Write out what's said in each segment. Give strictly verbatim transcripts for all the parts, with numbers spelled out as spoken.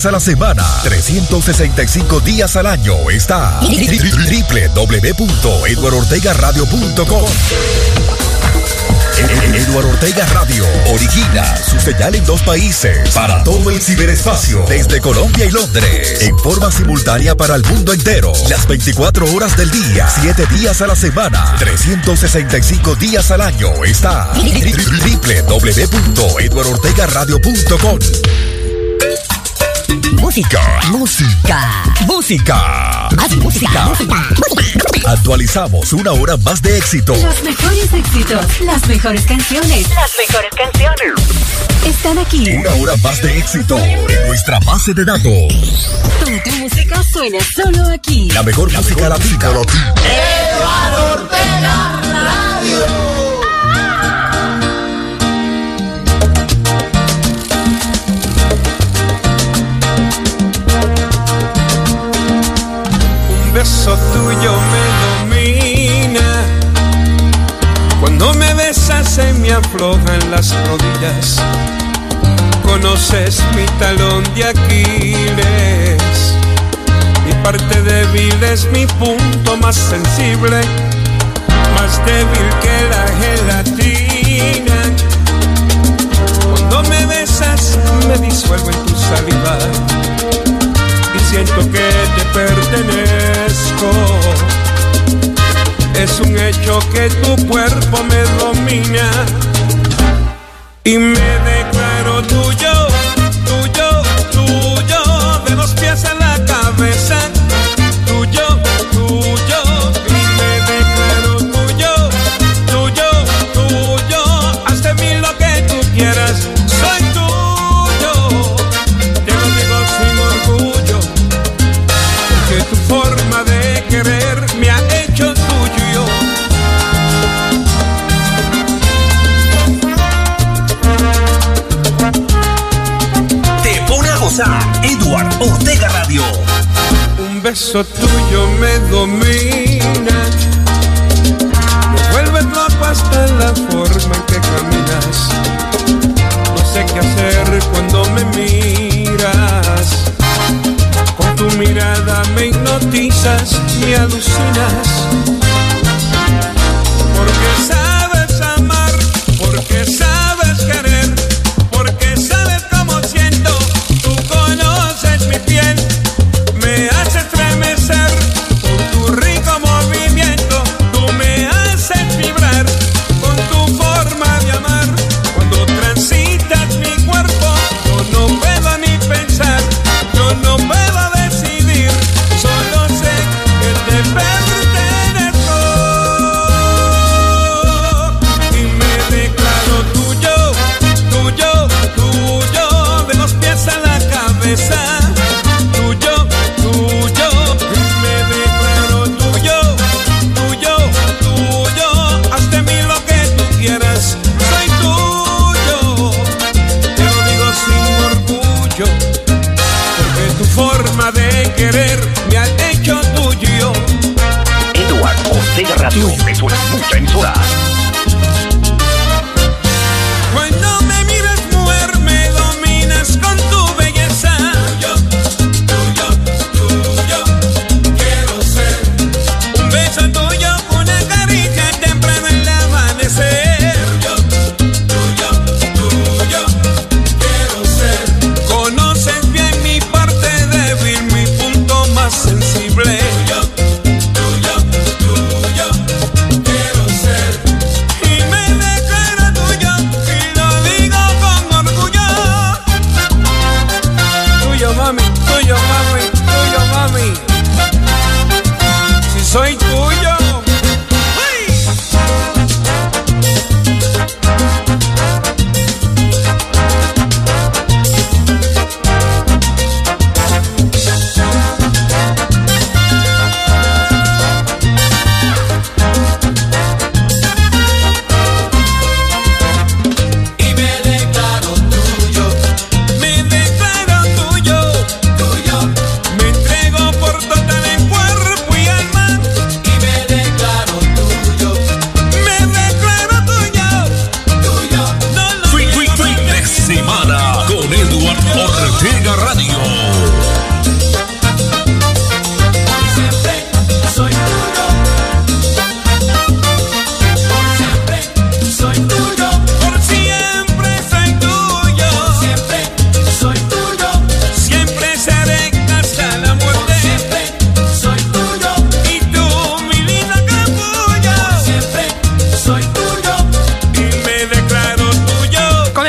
a la semana, trescientos sesenta y cinco días al año está doble u doble u doble u punto eduardo ortega radio punto com. Eduardo Ortega Radio origina su señal en dos países para todo el ciberespacio, desde Colombia y Londres, en forma simultánea para el mundo entero, las veinticuatro horas del día, siete días a la semana, trescientos sesenta y cinco días al año está doble u doble u doble u punto eduardo ortega radio punto com. Música, música, música, más música, música. Actualizamos una hora más de éxito. Los mejores éxitos, las mejores canciones, las mejores canciones están aquí. Una hora más de éxito en nuestra base de datos. Toda tu música suena solo aquí. La mejor música latina. Eduardo Ortega Radio. Un beso tuyo me domina, cuando me besas se me aflojan las rodillas. Conoces mi talón de Aquiles, mi parte débil es mi punto más sensible, más débil que la gelatina. Cuando me besas me disuelvo en tu saliva y siento que te pertenezco. Es un hecho que tu cuerpo me domina y me declaro tuyo, tuyo, tuyo, de los pies a la cabeza, tuyo, tuyo, y me declaro tuyo, tuyo, tuyo, haz de mí lo que tú quieras, soy tuyo, te lo digo sin orgullo, porque tu forma de querer me ha hecho tuyo. Eduardo Ortega Radio. Un beso tuyo me domina, me vuelves loco hasta la forma en que caminas. No sé qué hacer cuando me miras, con tu mirada me hipnotizas, me alucinas. Porque sabes amar, porque sabes querer, porque sabes cómo siento. Tú conoces mi piel, me hace estremecer por tu rico movimiento. Tú me haces vibrar con tu forma de amar. Cuando transitas mi cuerpo, yo no puedo ni pensar, yo no puedo decidir, solo sé que te pertenezco y me declaro tuyo, tuyo, tuyo, de los pies a la cabeza, tuyo, tuyo, me declaro tuyo, tuyo, tuyo, haz de mí lo que tú quieras, soy tuyo, te lo digo sin orgullo, porque tu forma de querer me ha hecho tuyo. Eduardo Ortega Radio, me suena mucha emisora. Cuando me miras, mujer, me dominas con tu belleza. Tuyo, tuyo, tuyo, quiero ser. Un beso tuyo, una caricia temprano en el amanecer. Tuyo, tuyo, tuyo, quiero ser. Conoces bien mi parte débil, mi punto más sensible. Tuyo, tuyo, tuyo, quiero ser. Y me declaro tuyo y lo digo con orgullo. Tuyo, mami, tuyo, mami, tuyo, mami. Si soy tuyo. ¡Ay! Y me declaro tuyo, me declaro tuyo, tuyo, me entrego por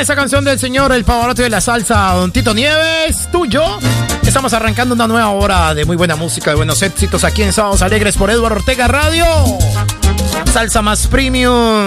esa canción del señor El Pavarotti de la salsa, Don Tito Nieves, tuyo. Estamos arrancando una nueva hora de muy buena música, de buenos éxitos aquí en Sábados Alegres por Eduardo Ortega Radio. Salsa más premium.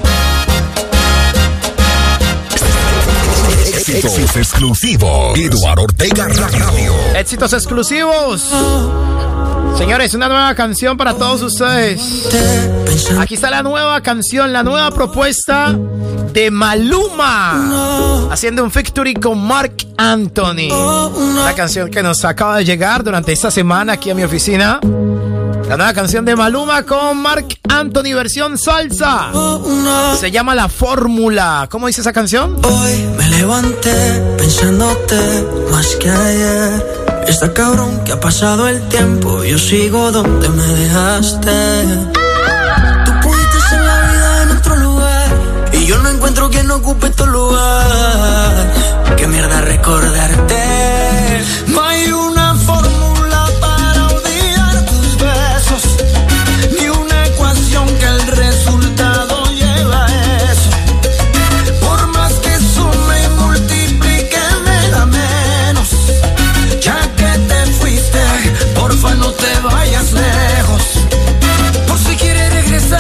Éxitos exclusivos. Eduardo Ortega Radio. Éxitos exclusivos. Señores, una nueva canción para todos ustedes. Aquí está la nueva canción, la nueva propuesta de Maluma, haciendo un featuring con Marc Anthony. La canción que nos acaba de llegar durante esta semana aquí a mi oficina. La nueva canción de Maluma con Marc Anthony, versión salsa. Se llama La Fórmula. ¿Cómo dice esa canción? Hoy me levanté pensándote más que ayer. Está cabrón que ha pasado el tiempo, yo sigo donde me dejaste. Tú pudiste ser la vida en otro lugar y yo no encuentro quien ocupe tu lugar. Qué mierda recordarte. No hay una fórmula para odiar tus besos, ni una ecuación que el resultado lleva a eso. Por más que sume y multiplique me da menos. Ya que te fuiste, porfa no te vayas lejos. Por si quieres regresar,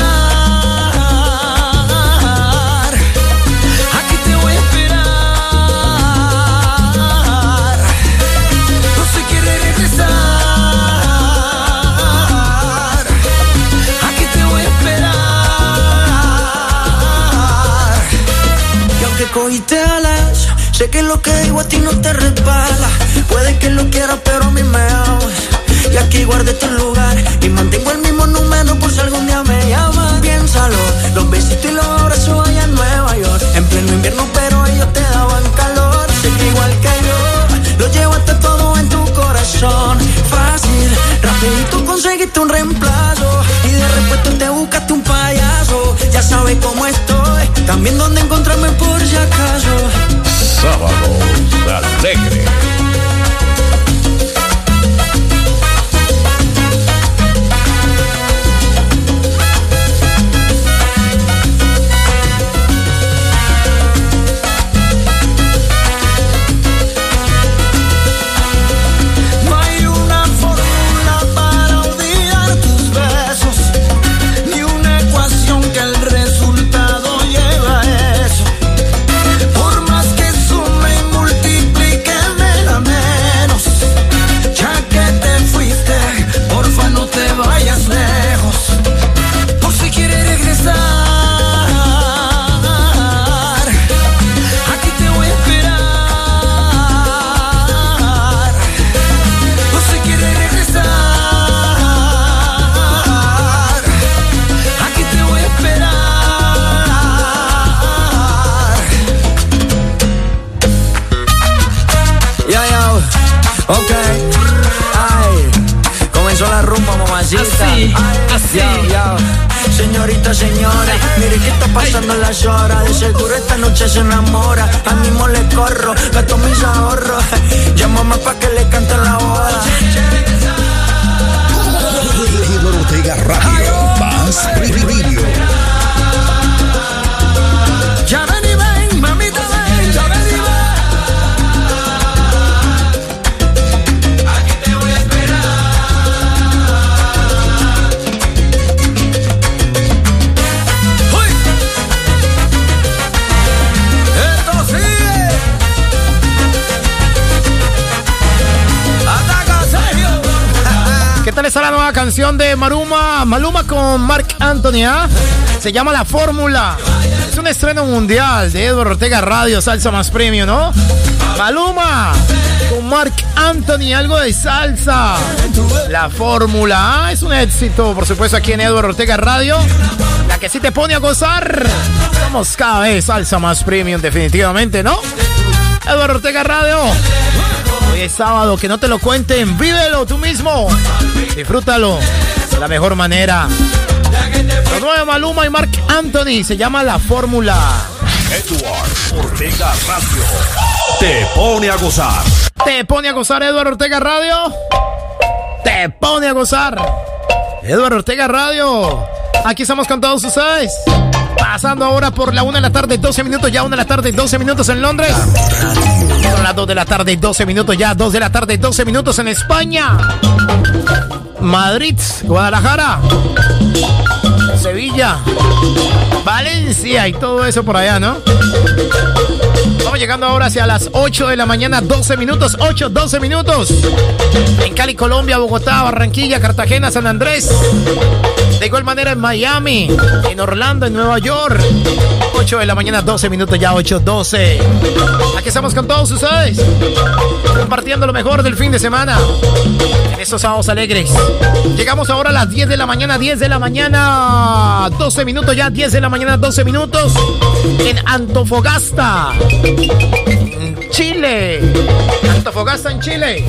aquí te voy a esperar. Por si quieres regresar, aquí te voy a esperar. Y aunque cogiste alas, sé que lo que digo a ti no te resbala. Puede que lo quieras, pero a mí me ahogas. Y aquí guardé tu lugar y mantengo el mismo número por si algún día me llamas. Piénsalo, los besitos y los abrazos allá en Nueva York. En pleno invierno, pero ellos te daban calor. Sé que igual que yo, lo llevaste todo en tu corazón. Fácil, rapidito conseguiste un reemplazo y de repuesto te buscaste un payaso. Ya sabes cómo estoy, también dónde encontrarme por si acaso. Sábados Alegres. No hay una fórmula para odiar tus besos, ni una ecuación que el resultado lleva a eso. Por más que sume y multiplique me da menos. Ya que te fuiste, porfa no te vayas lejos. Por si quieres regresar, aquí te voy a esperar. Por si quieres regresar, aquí te voy a esperar. Ya, ya, ok. Ay, comenzó la rumba, mamacita. Así, así. Yo, yo. Señorita, señora, mire que está pasando las horas. De seguro esta noche se enamora. A mismo le corro, gasto mis ahorros. Llámame pa' que le cante la boda. Eduardo Ortega Radio. Más premium. Ya ven y ven, mamita ven, ya ven y ven. Aquí te voy a esperar. ¡Uy! ¡Esto sigue! ¡Ataca, Sergio! ¿Qué tal está la nueva canción de Maluma? Maluma con Marc Anthony, ¿ah? Se llama La Fórmula. Es un estreno mundial de Eduardo Ortega Radio, salsa más premium, ¿no? Maluma con Marc Anthony, algo de salsa. La Fórmula, ¿ah? Es un éxito, por supuesto, aquí en Eduardo Ortega Radio. La que sí te pone a gozar. Somos cada vez salsa más premium, definitivamente, ¿no? Eduardo Ortega Radio. Hoy es sábado, que no te lo cuenten, vívelo tú mismo. Disfrútalo de la mejor manera. Lo nuevo de Maluma y Marc Anthony se llama La Fórmula. Eduardo Ortega Radio. Te pone a gozar. Te pone a gozar Eduardo Ortega Radio. Te pone a gozar Eduardo Ortega Radio. Aquí estamos con todos ustedes. Pasando ahora por la una de la tarde, doce minutos, ya una de la tarde, doce minutos en Londres. Son las dos de la tarde, doce minutos, ya dos de la tarde, doce minutos en España. Madrid, Guadalajara, Sevilla, Valencia y todo eso por allá, ¿no? Vamos llegando ahora hacia las ocho de la mañana, doce minutos, ocho, doce minutos. En Cali, Colombia, Bogotá, Barranquilla, Cartagena, San Andrés. De igual manera en Miami, en Orlando, en Nueva York. ocho de la mañana, doce minutos ya, ocho, doce. Aquí estamos con todos ustedes, compartiendo lo mejor del fin de semana en estos sábados alegres. Llegamos ahora a las diez de la mañana, diez de la mañana, doce minutos ya, diez de la mañana, doce minutos. En Antofagasta, Chile. Antofagasta en Chile.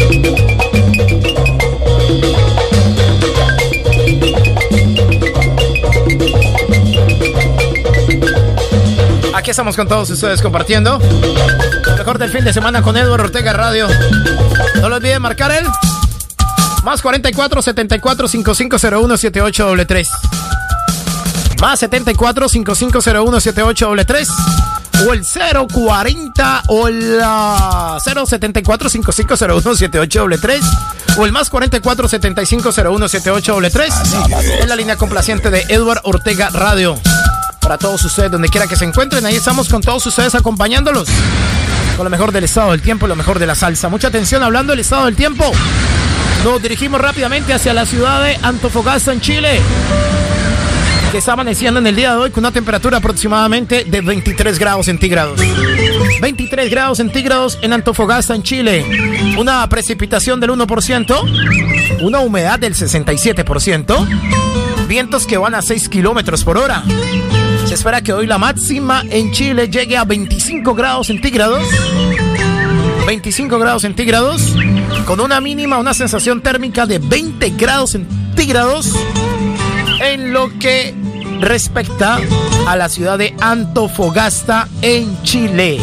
Aquí estamos con todos ustedes compartiendo lo mejor del fin de semana con Eduardo Ortega Radio. No lo olviden marcar el más cuarenta y cuatro, setenta y cuatro, cincuenta y cinco cero uno, setenta y ocho treinta y tres. Más setenta y cuatro, cincuenta y cinco cero uno, setenta y ocho treinta y tres. O el cero cuarenta o el uh, cero setenta y cuatro, cincuenta y cinco cero uno, setenta y ocho treinta y tres. O el más cuarenta y cuatro, setenta y cinco cero uno, setenta y ocho treinta y tres. En la línea complaciente de Eduardo Ortega Radio. Para todos ustedes, donde quiera que se encuentren, ahí estamos con todos ustedes acompañándolos con lo mejor del estado del tiempo y lo mejor de la salsa. Mucha atención, hablando del estado del tiempo, nos dirigimos rápidamente hacia la ciudad de Antofagasta en Chile, que está amaneciendo en el día de hoy con una temperatura aproximadamente de veintitrés grados centígrados. veintitrés grados centígrados en Antofagasta en Chile. Una precipitación del uno por ciento, una humedad del sesenta y siete por ciento, vientos que van a seis kilómetros por hora. Se espera que hoy la máxima en Chile llegue a veinticinco grados centígrados. veinticinco grados centígrados. Con una mínima, una sensación térmica de veinte grados centígrados. En lo que respecta a la ciudad de Antofagasta en Chile.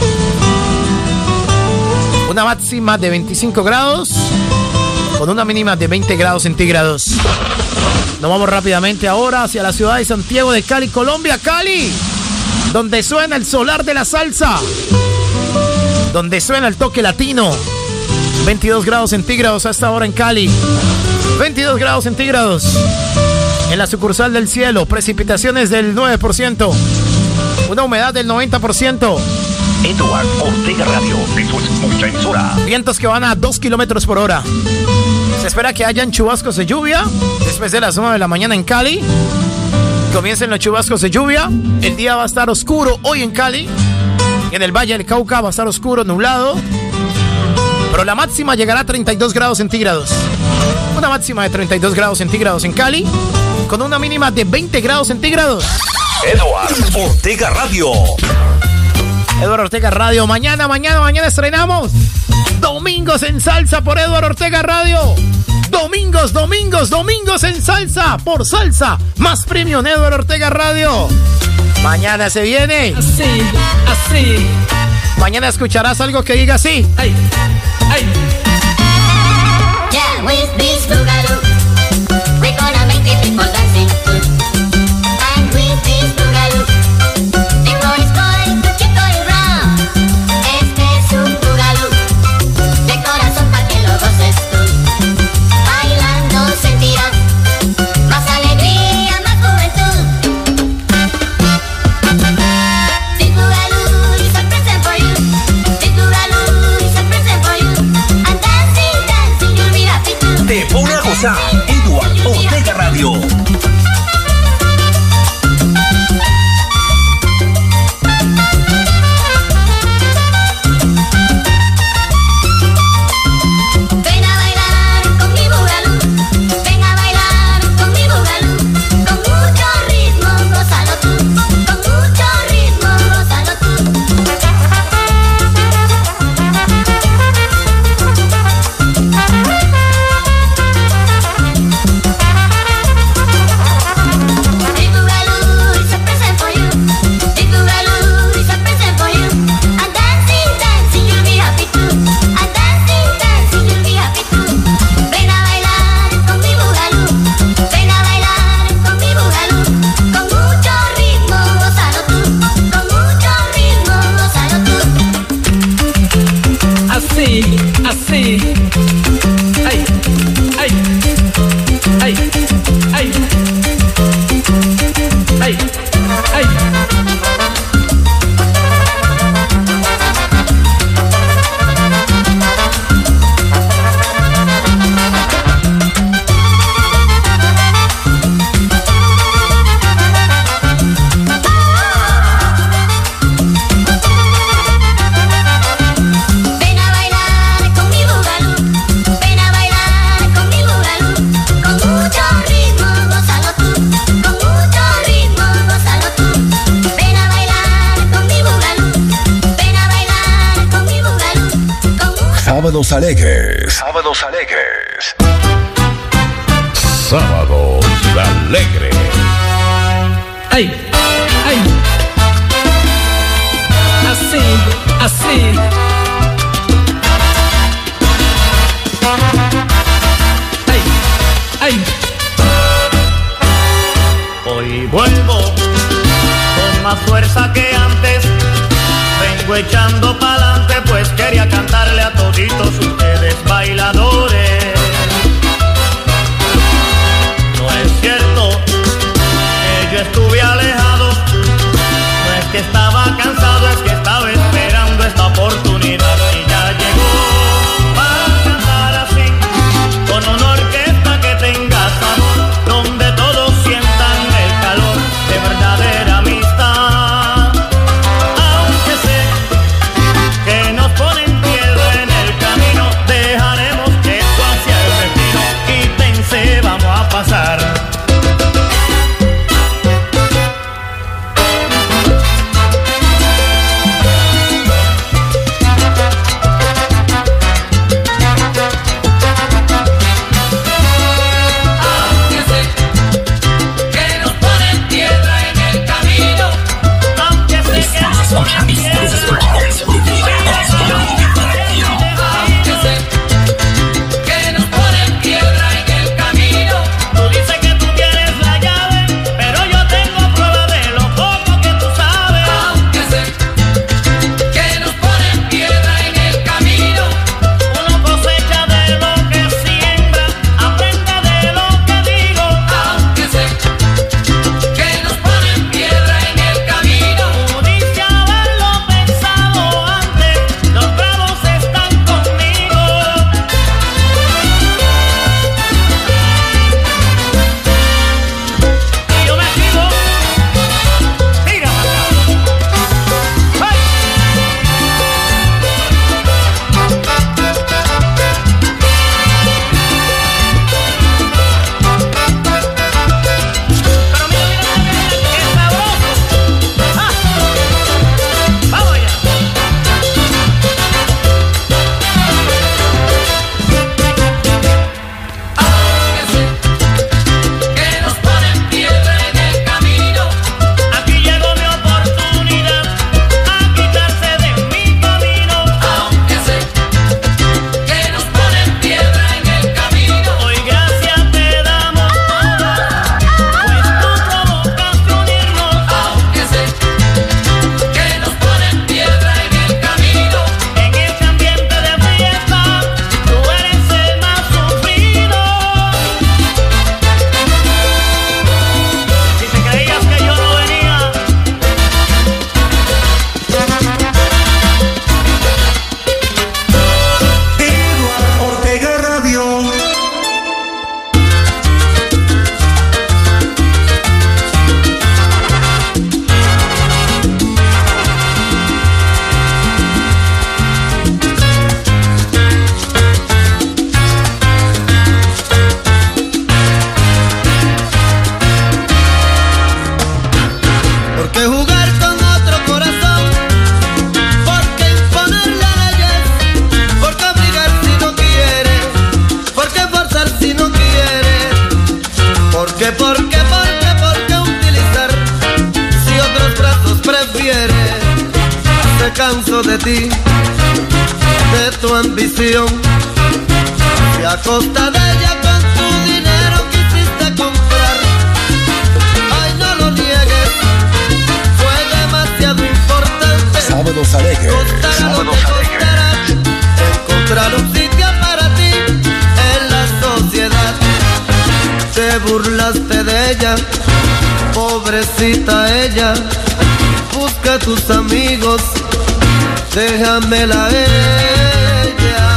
Una máxima de veinticinco grados. Con una mínima de veinte grados centígrados. Nos vamos rápidamente ahora hacia la ciudad de Santiago de Cali, Colombia. Cali, donde suena el solar de la salsa, donde suena el toque latino. veintidós grados centígrados a esta hora en Cali. veintidós grados centígrados. En la sucursal del cielo, precipitaciones del nueve por ciento. Una humedad del noventa por ciento. Eduardo Ortega Radio, eso es mucha emisora. Vientos que van a dos kilómetros por hora. Se espera que hayan chubascos de lluvia después de las nueve de la mañana en Cali. Comiencen los chubascos de lluvia. El día va a estar oscuro hoy en Cali. En el Valle del Cauca va a estar oscuro, nublado. Pero la máxima llegará a treinta y dos grados centígrados. Una máxima de treinta y dos grados centígrados en Cali, con una mínima de veinte grados centígrados. Eduardo Ortega Radio. Eduardo Ortega Radio. Mañana, mañana, mañana estrenamos Domingos en Salsa por Eduardo Ortega Radio. Domingos, domingos, domingos en salsa por Salsa Más Premium Eduardo Ortega Radio. Mañana se viene. Así, así. Mañana escucharás algo que diga así. Ay, ay. Yeah, with this boogaloo, we're gonna make the people dancing. And with this boogaloo, the world is going to keep going round. Este es un boogaloo de corazón pa' que lo goces tú. Bailando sentirás más alegría, más juventud. This boogaloo is a present for you. This boogaloo is a present for you. And dancing, dancing, you'll be happy too. Te pone a gozar, Eduardo Ortega Radio. Ven a bailar con mi boogaloo, ven a bailar con mi boogaloo, con mucho ritmo, gózalo tú, con mucho ritmo, gózalo tú. Sábados alegres. Sábados alegres. Sábados alegres. Ay, ay. Así, así. Ay, ay. Hoy vuelvo con más fuerza que antes. Vengo echando pa'lante, pues quería cantarle a toditos ustedes bailadores. No es cierto que yo estuve alejado, no es que estaba cansado, es que estaba esperando esta oportunidad y ya llegó para cantar así, con una orquesta que tenga sabor, donde todos sientan el calor de verdadera amistad. Aunque sé que nos ponen piedra en el camino, dejaremos esto hacia el destino y pensé vamos a pasar. canso de ti, de tu ambición, y a costa de ella con tu dinero quisiste comprar. Ay, no lo niegues, fue demasiado importante. Sábados alegres. Costará lo que costará encontrar un sitio para ti en la sociedad. Te burlaste de ella, pobrecita ella. Busca a tus amigos, déjamela a ella.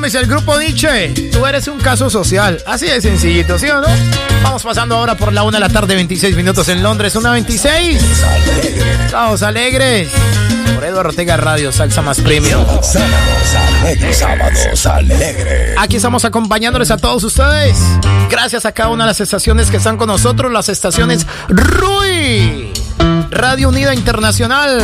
Gómez y el grupo Nietzsche. Tú eres un caso social. Así de sencillito, ¿sí o no? Vamos pasando ahora por la una de la tarde, veintiséis minutos en Londres. Una veintiséis. Sábados alegres. Por Eduardo Ortega Radio, Salsa Más Premium. Sábados alegres. Sábados alegres. Aquí estamos acompañándoles a todos ustedes. Gracias a cada una de las estaciones que están con nosotros. Las estaciones R U I, Radio Unida Internacional,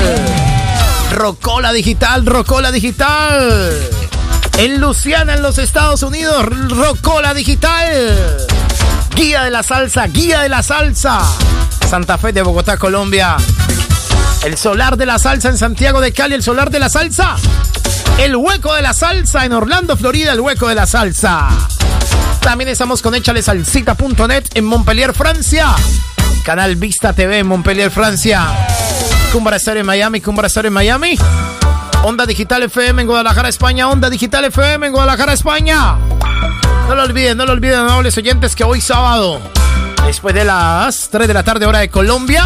Rocola Digital, Rocola Digital. En Luciana, en los Estados Unidos, Rocola Digital. Guía de la Salsa, Guía de la Salsa. Santa Fe de Bogotá, Colombia. El Solar de la Salsa en Santiago de Cali, el Solar de la Salsa. El Hueco de la Salsa en Orlando, Florida, el Hueco de la Salsa. También estamos con échale salsita punto net en Montpellier, Francia. Canal Vista T V en Montpellier, Francia. Cumbra Estéreo en Miami, Cumbra Estéreo en Miami. Onda Digital F M en Guadalajara, España. Onda Digital F M en Guadalajara, España. No lo olviden, no lo olviden, amables oyentes, que hoy sábado, después de las tres de la tarde, hora de Colombia,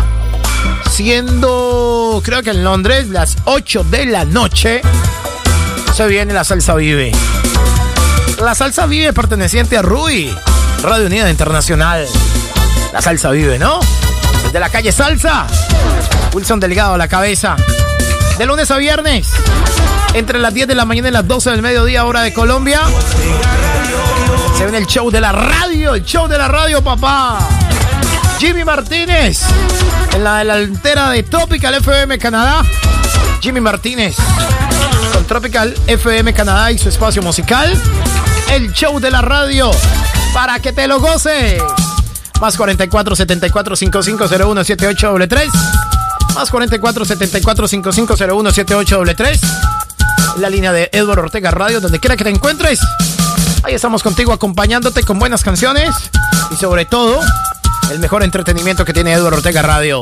siendo, creo que en Londres, las ocho de la noche, se viene la Salsa Vive. La Salsa Vive perteneciente a R U I, Radio Unida Internacional. La Salsa Vive, ¿no? Desde la calle Salsa, Wilson Delgado a la cabeza. De lunes a viernes, entre las diez de la mañana y las doce del mediodía, hora de Colombia, se viene el show de la radio, el show de la radio, papá. Jimmy Martínez, en la delantera de Tropical F M Canadá. Jimmy Martínez, con Tropical F M Canadá y su espacio musical. El show de la radio, para que te lo goces. Más cuarenta y cuatro, setenta y cuatro, cincuenta y cinco, cero uno, setenta y ocho, tres tres. Más cuarenta y cuatro, setenta y cuatro, cincuenta y cinco, cero uno, setenta y ocho, tres tres. La línea de Eduardo Ortega Radio, donde quiera que te encuentres. Ahí estamos contigo, acompañándote con buenas canciones. Y sobre todo, el mejor entretenimiento que tiene Eduardo Ortega Radio.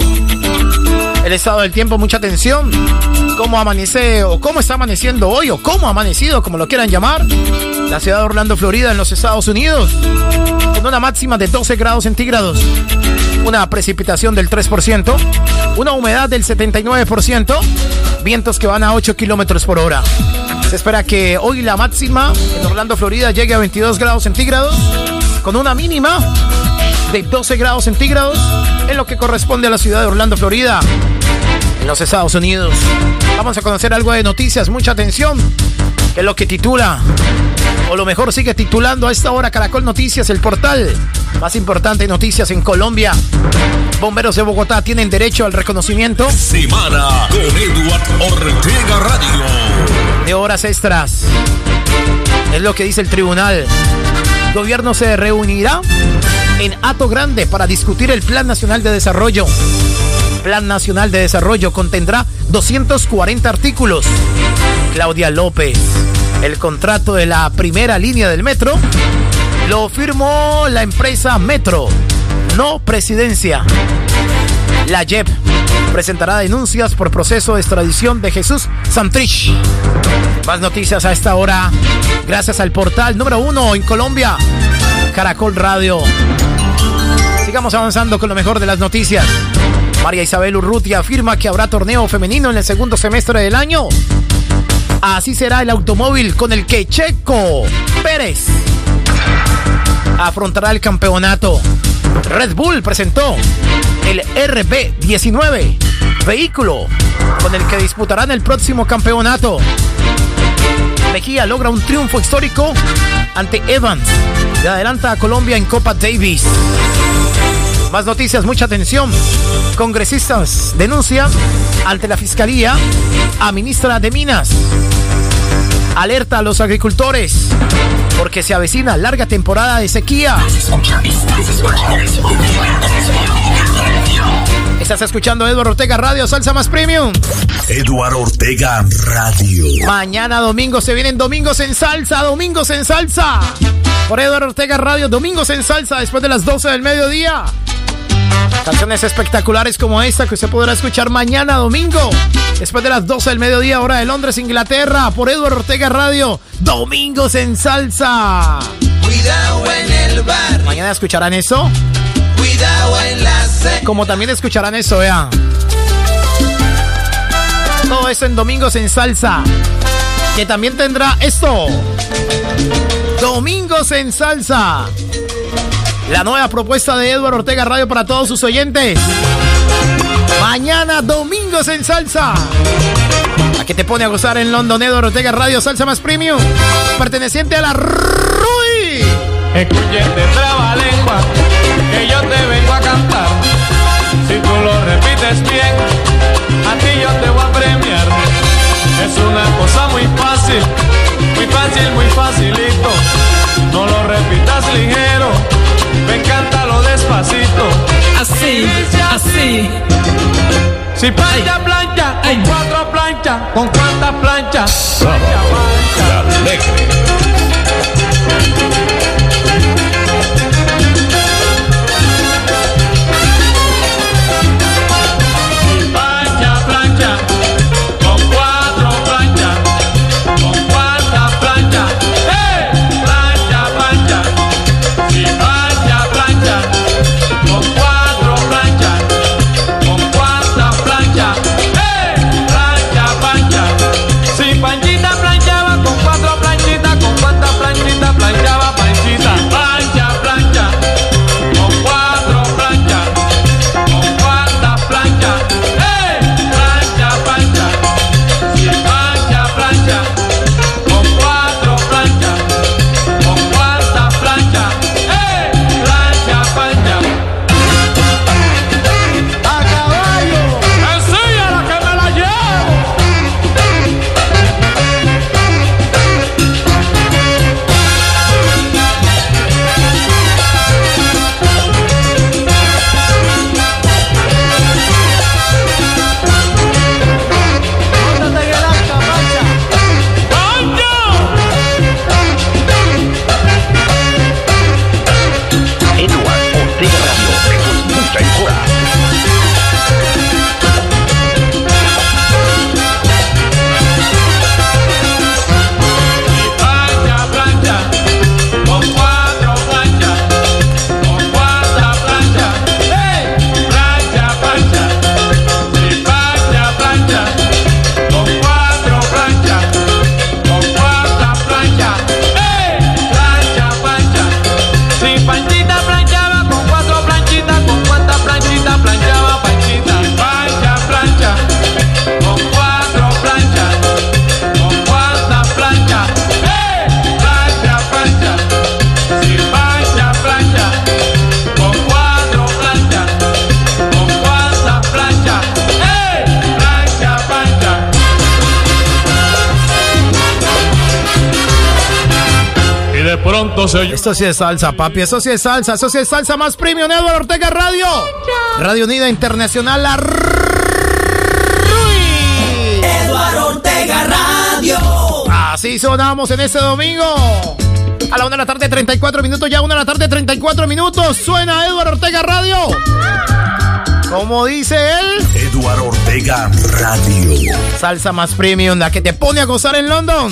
El estado del tiempo, mucha atención. Cómo amanece, o cómo está amaneciendo hoy, o cómo ha amanecido, como lo quieran llamar, la ciudad de Orlando, Florida, en los Estados Unidos. Con una máxima de doce grados centígrados. Una precipitación del tres por ciento. Una humedad del setenta y nueve por ciento. Vientos que van a ocho kilómetros por hora. Se espera que hoy la máxima en Orlando, Florida, llegue a veintidós grados centígrados. Con una mínima de doce grados centígrados. En lo que corresponde a la ciudad de Orlando, Florida, en los Estados Unidos. Vamos a conocer algo de noticias. Mucha atención. Que es lo que titula, o lo mejor sigue titulando a esta hora, Caracol Noticias, el portal más importante de noticias en Colombia. Bomberos de Bogotá tienen derecho al reconocimiento Semana con Eduardo Ortega Radio. de horas extras. Es lo que dice el tribunal. Gobierno se reunirá en Hato Grande para discutir el Plan Nacional de Desarrollo. Plan Nacional de Desarrollo contendrá doscientos cuarenta artículos. Claudia López, el contrato de la primera línea del metro lo firmó la empresa Metro, no Presidencia. La J E P presentará denuncias por proceso de extradición de Jesús Santrich. Más noticias a esta hora, gracias al portal número uno en Colombia, Caracol Radio. Sigamos avanzando con lo mejor de las noticias. María Isabel Urrutia afirma que habrá torneo femenino en el segundo semestre del año. Así será el automóvil con el que Checo Pérez afrontará el campeonato. Red Bull presentó el R B diecinueve, vehículo con el que disputarán el próximo campeonato. Mejía logra un triunfo histórico ante Evans y adelanta a Colombia en Copa Davis. Más noticias, mucha atención. Congresistas denuncian ante la Fiscalía a ministra de Minas. Alerta a los agricultores porque se avecina larga temporada de sequía. Estás escuchando Eduardo Ortega Radio, Salsa Más Premium. Eduardo Ortega Radio. Mañana domingo se vienen Domingos en Salsa, Domingos en Salsa. Por Eduardo Ortega Radio, Domingos en Salsa después de las doce del mediodía. Canciones espectaculares como esta que usted podrá escuchar mañana domingo después de las doce del mediodía, hora de Londres, Inglaterra, por Eduardo Ortega Radio, Domingos en Salsa. Cuidado en el bar. Mañana escucharán eso. Cuidado en la ce- Como también escucharán eso, vean. Todo eso en Domingos en Salsa, que también tendrá esto. Domingos en Salsa. La nueva propuesta de Edward Ortega Radio para todos sus oyentes. Mañana, Domingos en Salsa. ¿A qué te pone a gozar en London? Edward Ortega Radio, Salsa Más Premium, perteneciente a la Rui. Escúchate, trabalengua, que yo te vengo a cantar. Si tú lo repites bien, a ti yo te voy a premiar. Es una cosa muy fácil, muy fácil, muy facilito. No lo repitas ligero, ven, cántalo despacito. Así, así. Si plancha, plancha, con cuatro planchas, ¿con cuántas planchas? Sábado de Alegre. Esto sí es salsa, papi. Eso sí es salsa. Eso sí es salsa más premium. Edward Ortega Radio. Radio Unida Internacional. La Rui. Edward Ortega Radio. Así sonamos en este domingo. A la una de la tarde, treinta y cuatro minutos. Ya una de la tarde, treinta y cuatro minutos. Suena Edward Ortega Radio. Como dice él, Edward Ortega Radio. Salsa más premium, la que te pone a gozar en London.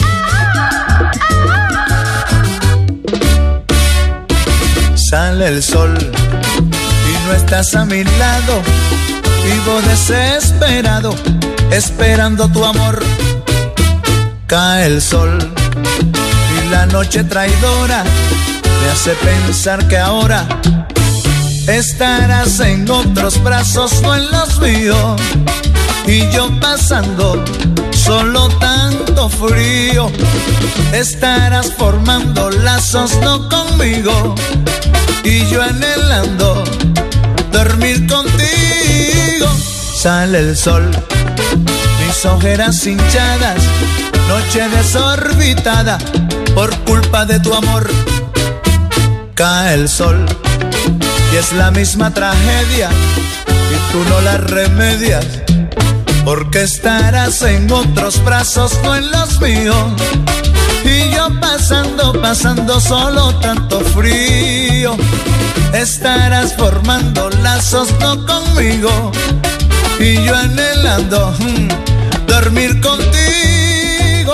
Sale el sol y no estás a mi lado, vivo desesperado, esperando tu amor. Cae el sol y la noche traidora me hace pensar que ahora estarás en otros brazos, no en los míos, y yo pasando solo tanto frío. Estarás formando lazos no conmigo, y yo anhelando dormir contigo. Sale el sol, mis ojeras hinchadas, noche desorbitada por culpa de tu amor. Cae el sol y es la misma tragedia y tú no la remedias, porque estarás en otros brazos, no en los míos, y yo pasando, pasando solo tanto frío. Estarás formando lazos no conmigo, y yo anhelando mm, dormir contigo.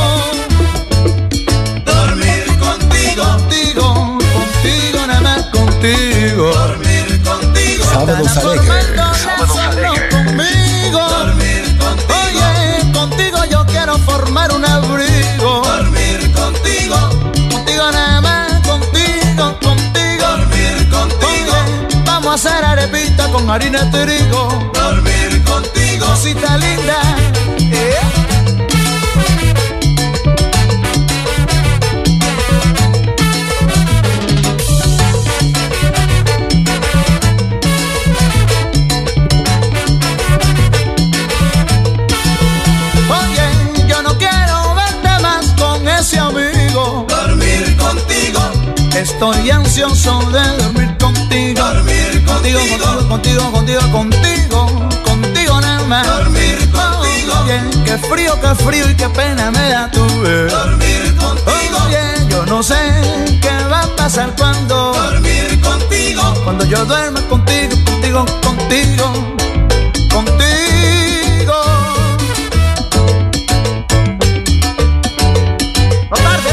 Dormir contigo, contigo, contigo, nada más contigo. Dormir contigo. Sábados Alegres. Sábados Alegres. Conmigo. Dormir contigo. Oye, contigo yo quiero formar un abrigo. Dormir contigo. con harina de trigo. Dormir contigo, cosita linda. ¿Eh? Oye, yo no quiero verte más con ese amigo. Dormir contigo, estoy ansioso de dormir contigo. Dormir contigo, contigo, contigo, contigo, contigo, contigo nada más. Dormir contigo. Oye, qué frío, qué frío y qué pena me da tu ver. Dormir contigo. Oye, yo no sé qué va a pasar cuando dormir contigo. Cuando yo duerma contigo, contigo, contigo, contigo. No tardes.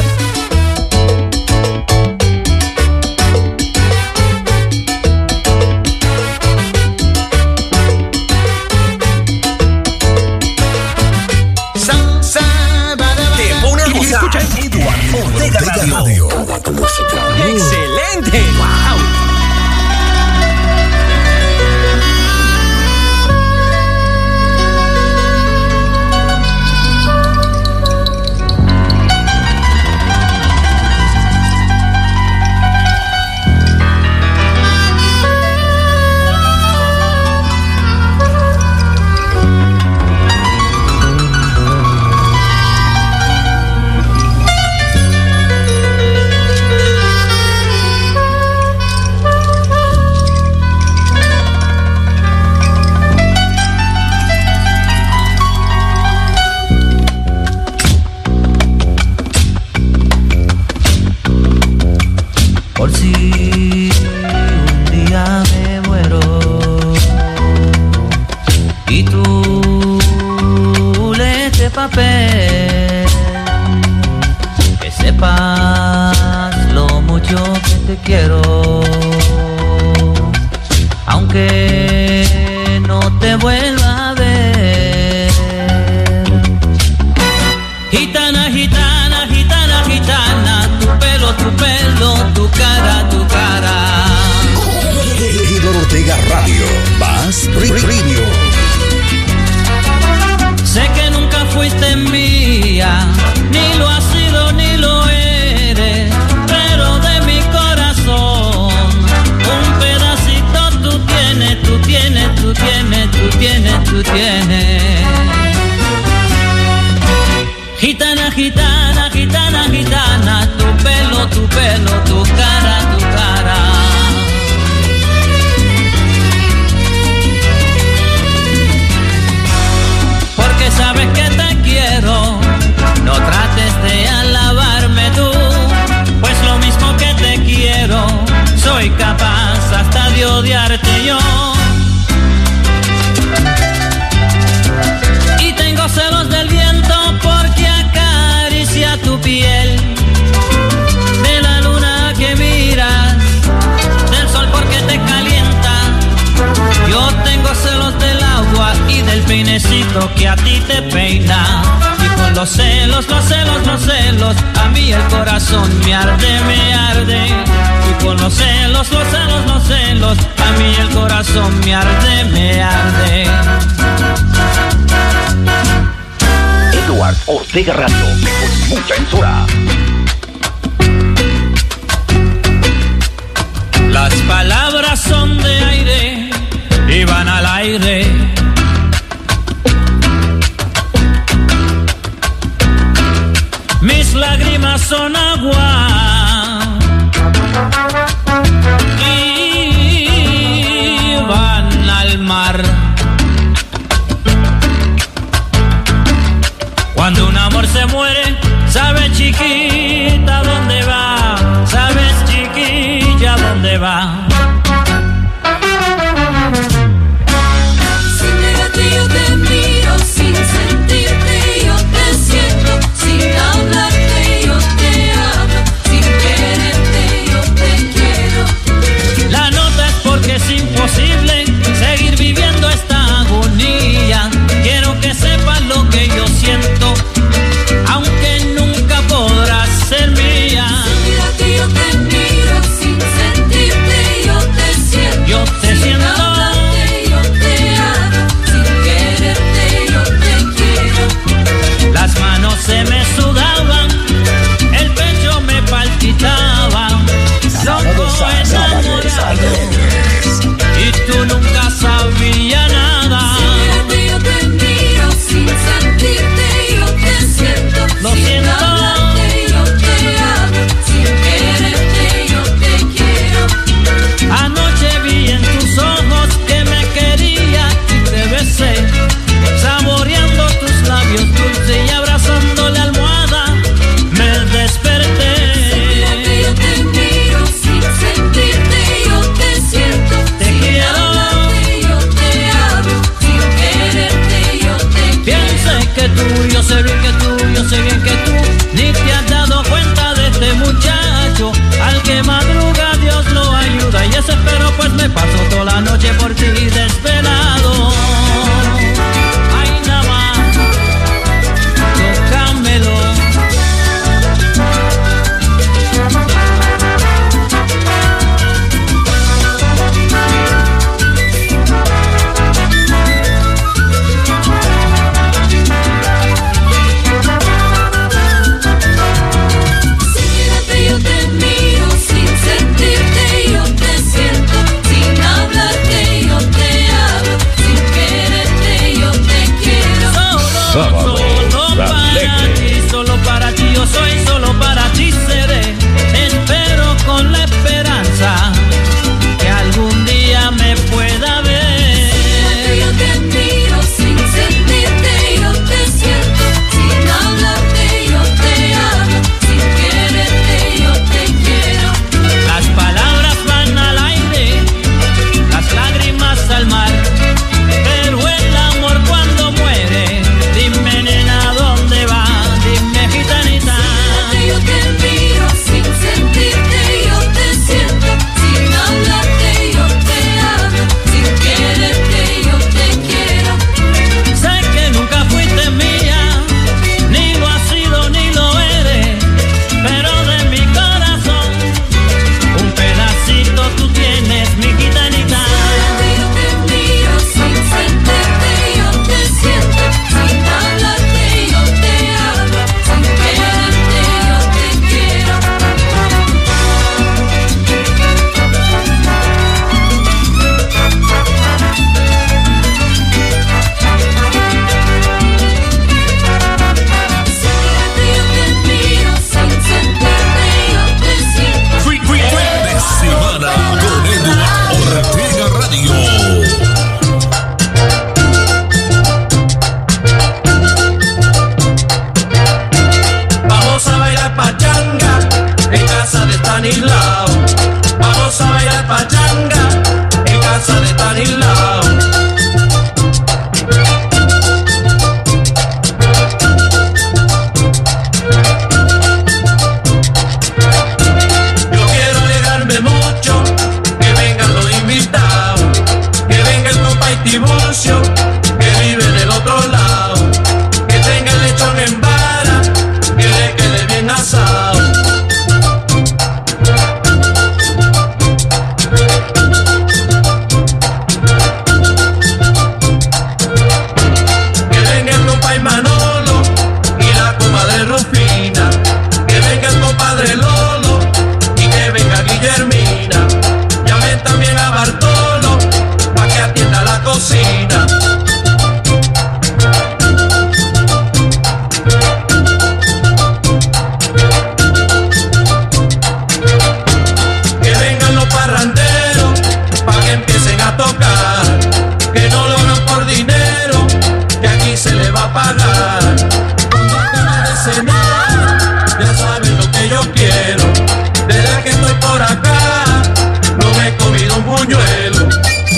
Escucha Eduardo Ortega Radio. Toda tu música. ¡Excelente! ¡Wow! Por si un día me muero y tú lees este papel, que sepas lo mucho que te quiero, aunque no te vuelva a ver. Gitana, gitana, gitana, gitana, tu pelo, tu pelo, tu cara, tu cara. Eduardo Ortega Radio, más premium. Sé que nunca fuiste mía, ni lo has sido ni lo eres, pero de mi corazón un pedacito tú tienes, tú tienes, tú tienes, tú tienes, tú tienes. Gitana, gitana, gitana, gitana, tu pelo, tu pelo, tu cara, tu cara. Porque sabes que te quiero, no trates de alabarme tú, pues lo mismo que te quiero, soy capaz hasta de odiarte yo. Y tengo celos del viento porque acaricia tu piel, de la luna que miras, del sol porque te calienta. Yo tengo celos del agua y del peinecito que a ti te peina. Y con los celos, los celos, los celos, a mí el corazón me arde, me arde. Y con los celos, los celos, los celos, a mí el corazón me arde, me arde. Eduardo Ortega Radio, con mucha emisora. Las palabras son de aire y van al aire. Mis lágrimas son agua y van al mar. Cuando un amor se muere, sabes chiquita dónde va, sabes chiquilla dónde va. Sin mirarte yo te miro, sin sentirte yo te siento, sin hablarte yo te hablo, sin quererte yo te quiero. La nota es porque es imposible seguir viviendo esta agonía. Quiero que sepas lo que yo siento, aunque nunca podrás ser mía. Sin mirarte yo te miro, sin sentirte Al que madruga Dios lo ayuda y ese espero pues me paso toda la noche por ti desvelado. Ay, nada más, tócamelo. Sábado, la Alegre. Solo para ti yo soy, solo para ti seré. Espero con la esperanza que algún día me pueda ver. Yo te miro sin sentirte, yo te siento sin hablarte, yo te amo sin quererte, yo te quiero. Las palabras van al aire, las lágrimas al mar, pero el amor cuando muere, dime nena dónde va, dime gitanita. Yo te miro sin sentirte, yo te siento sin hablarte, yo te amo sin quererte, yo te quiero. Sé que nunca fuiste mía, ni lo has sido ni lo eres, pero de mi corazón un pedacito tú tienes, mi gitanita. Yo te miro sin sentirte, yo te siento sin hablarte, yo te amo sin quererte, yo te quiero. Yo te miro sin sentirte, yo te siento. Fin de semana con Eduardo Ortega Radio. Vamos a bailar pachanga en casa de Stanislao. Vamos a bailar pachanga en casa de Stanislao. Yo quiero alegrarme mucho, que vengan los invitados, que venga el compa y Tiburcio, que vive del otro lado, que tenga el lechón en vara, que le quede bien asado. Que venga el compa y Manolo y la comadre Rufina, que venga el compadre Lolo y que venga Guillermina. Llamen también a Bartolo pa' que atienda la cocina. Que vengan los parranderos pa' que empiecen a tocar, que no lo hagan por dinero, que aquí se le va a pagar. Cuando acaben de cenar, ya saben lo que yo quiero. Desde que estoy por acá, no me he comido un buñuelo.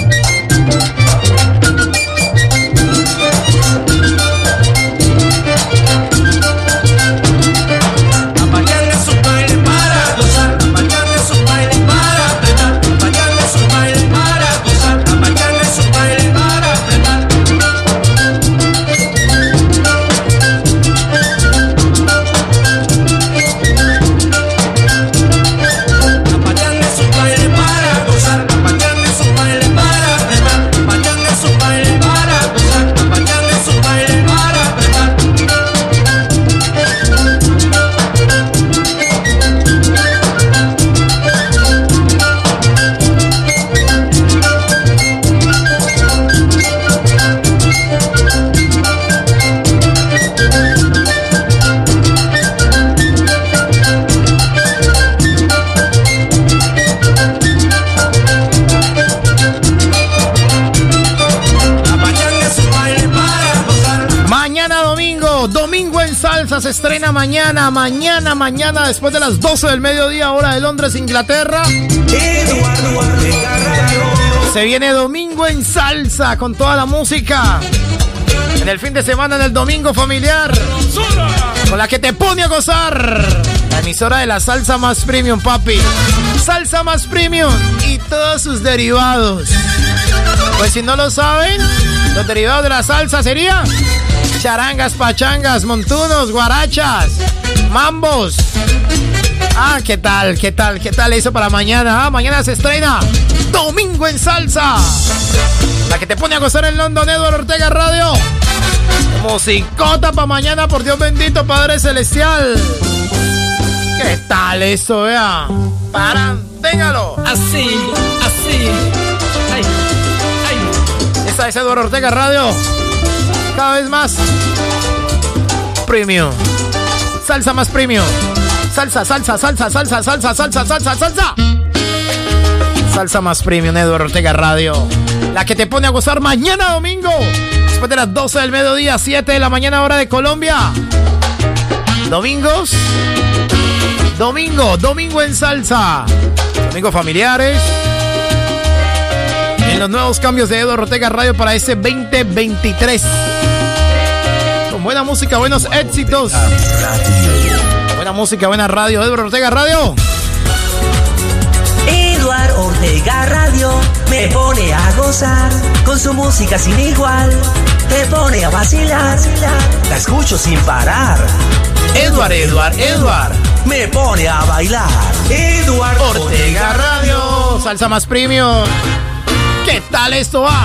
La pachanga es un baile para gozar, la pachanga es un baile para apretar, la pachanga es un baile para gozar, la pachanga es un baile para apretar. La pachanga es un baile para gozar, la pachanga es un baile para apretar, la pachanga es un baile para gozar, la pachanga es un baile para apretar. La pachanga es un baile para gozar. Mañana domingo, domingo en salsa se estrena mañana, mañana, mañana después de las doce del mediodía, hora de Londres, Inglaterra. Se viene domingo en salsa con toda la música. En el fin de semana, en el domingo familiar. con la que te pone a gozar. La emisora de la salsa más premium, papi. Salsa más premium y todos sus derivados. Pues si no lo saben, los derivados de la salsa serían charangas, pachangas, montunos, guarachas, mambos. Ah, ¿qué tal? ¿Qué tal? ¿Qué tal eso para mañana? Ah, mañana se estrena Domingo en Salsa. La que te pone a gozar en London, Edward Ortega Radio. Musicota para mañana, por Dios bendito, Padre Celestial. ¿Qué tal eso, vea? Paran, téngalo. Así, así. Ay, ay. Esta es Edward Ortega Radio. Cada vez más premium. Salsa más premium. Salsa, salsa, salsa, salsa, salsa, salsa, salsa, salsa. Salsa más premium, Edward Ortega Radio. La que te pone a gozar mañana domingo. Después de las doce del mediodía, siete de la mañana, hora de Colombia. Domingos. Domingo, domingo en salsa. Domingos familiares. En los nuevos cambios de Edward Ortega Radio para este veinte veintitrés. Con buena música, buenos éxitos. Buena música, buena radio. Edward Ortega Radio. Edward Ortega Radio me pone a gozar con su música sin igual. Te pone a vacilar, la escucho sin parar. Edward, Edward, Edward me pone a bailar. Edward Ortega Radio. Salsa más premium. ¿Qué tal esto va?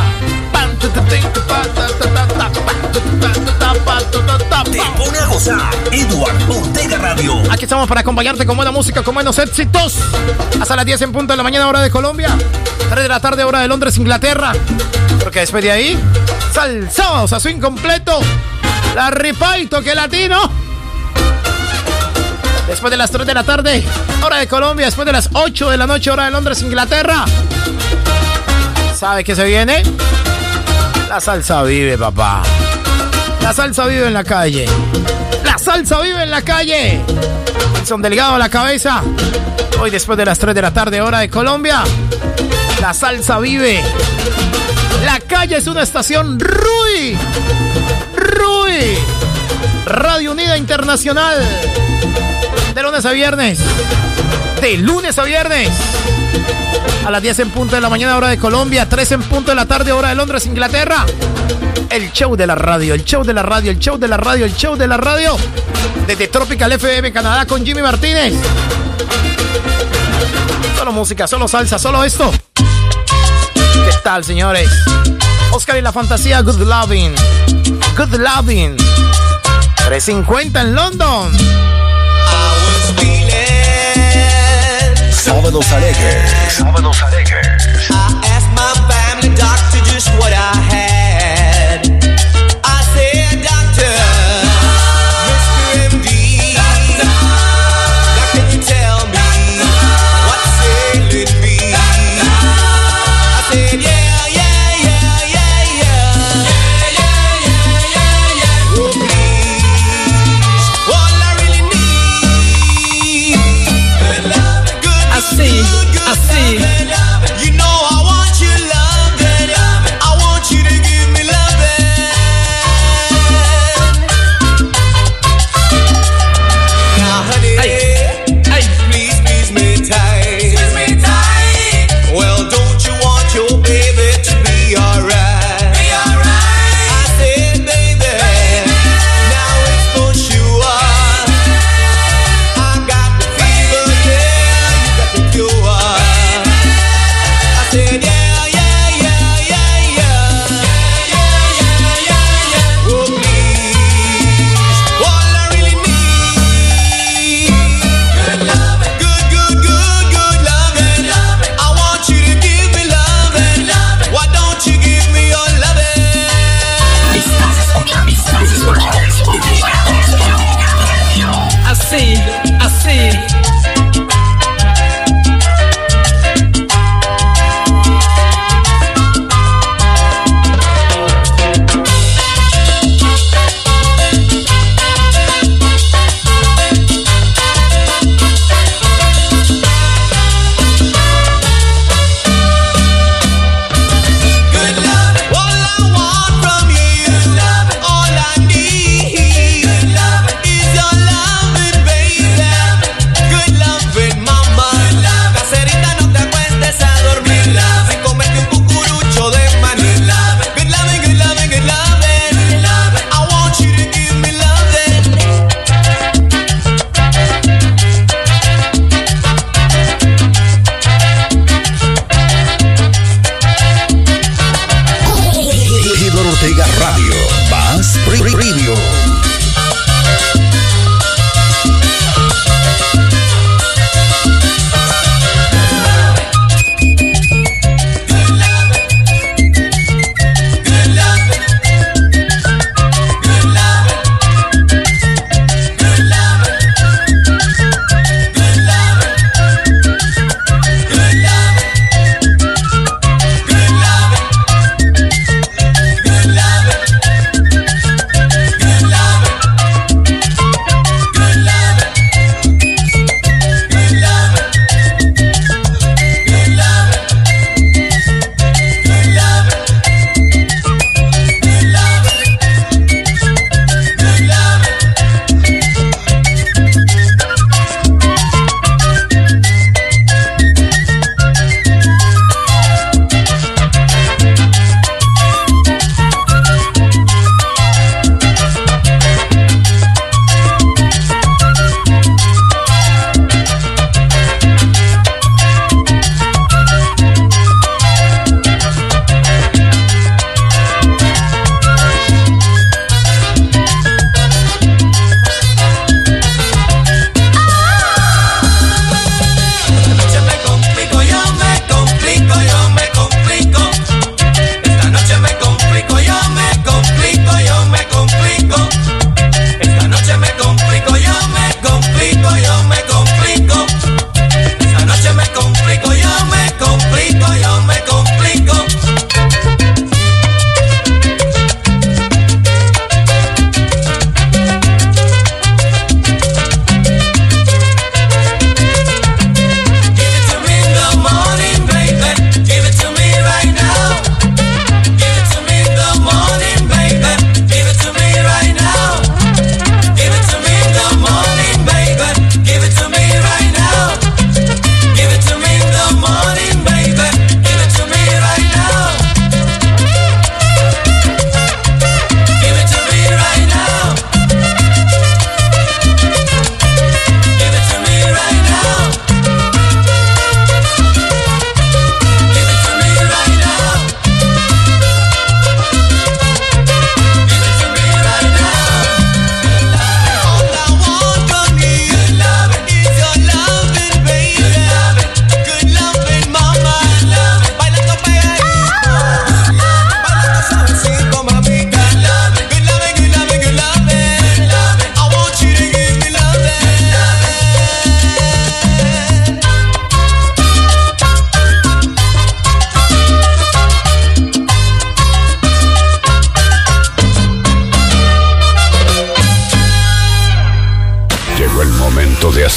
Te pone a gozar Edward Ortega Radio. Aquí estamos para acompañarte con buena música, con buenos éxitos. Hasta las diez en punto de la mañana, hora de Colombia. tres de la tarde, hora de Londres, Inglaterra. Porque después de ahí, salsados a su incompleto. La ripaito que latino. Después de las tres de la tarde, hora de Colombia. Después de las ocho de la noche, hora de Londres, Inglaterra. ¿Sabe qué se viene? La salsa vive, papá. La salsa vive en la calle. La salsa vive en la calle. Son Delgado a la cabeza. Hoy después de las tres de la tarde, hora de Colombia. La salsa vive. La calle es una estación Rui. Rui. Radio Unida Internacional. De lunes a viernes. De lunes a viernes. A las diez en punto de la mañana, hora de Colombia. tres en punto de la tarde, hora de Londres, Inglaterra. El show de la radio, el show de la radio, el show de la radio, el show de la radio. Desde Tropical F M, Canadá, con Jimmy Martínez. Solo música, solo salsa, solo esto. ¿Qué tal, señores? Oscar y la fantasía, Good Loving. Good Loving. tres cincuenta en London. Sábados alegres. Sábados alegres. I asked my family doctor just what I had. I said, doctor, Mister M D, now can you tell me what's ailing me? I said, yeah, yeah, yeah, yeah, yeah. Yeah, yeah, yeah, yeah, yeah. Oh, please, all I really need. Good love, good, Así, así. you know I want your love, I want you to give me loving. Now, honey, please squeeze me tight. Well, don't you want your baby to be alright? I said, baby, now it's for sure. I got the fever, yeah, you got the cure.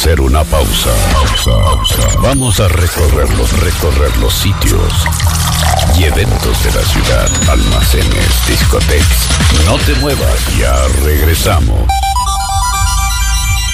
hacer una pausa. Pausa, pausa. Vamos a recorrer los, recorrer los sitios y eventos de la ciudad, almacenes, discotecas. No te muevas, ya regresamos.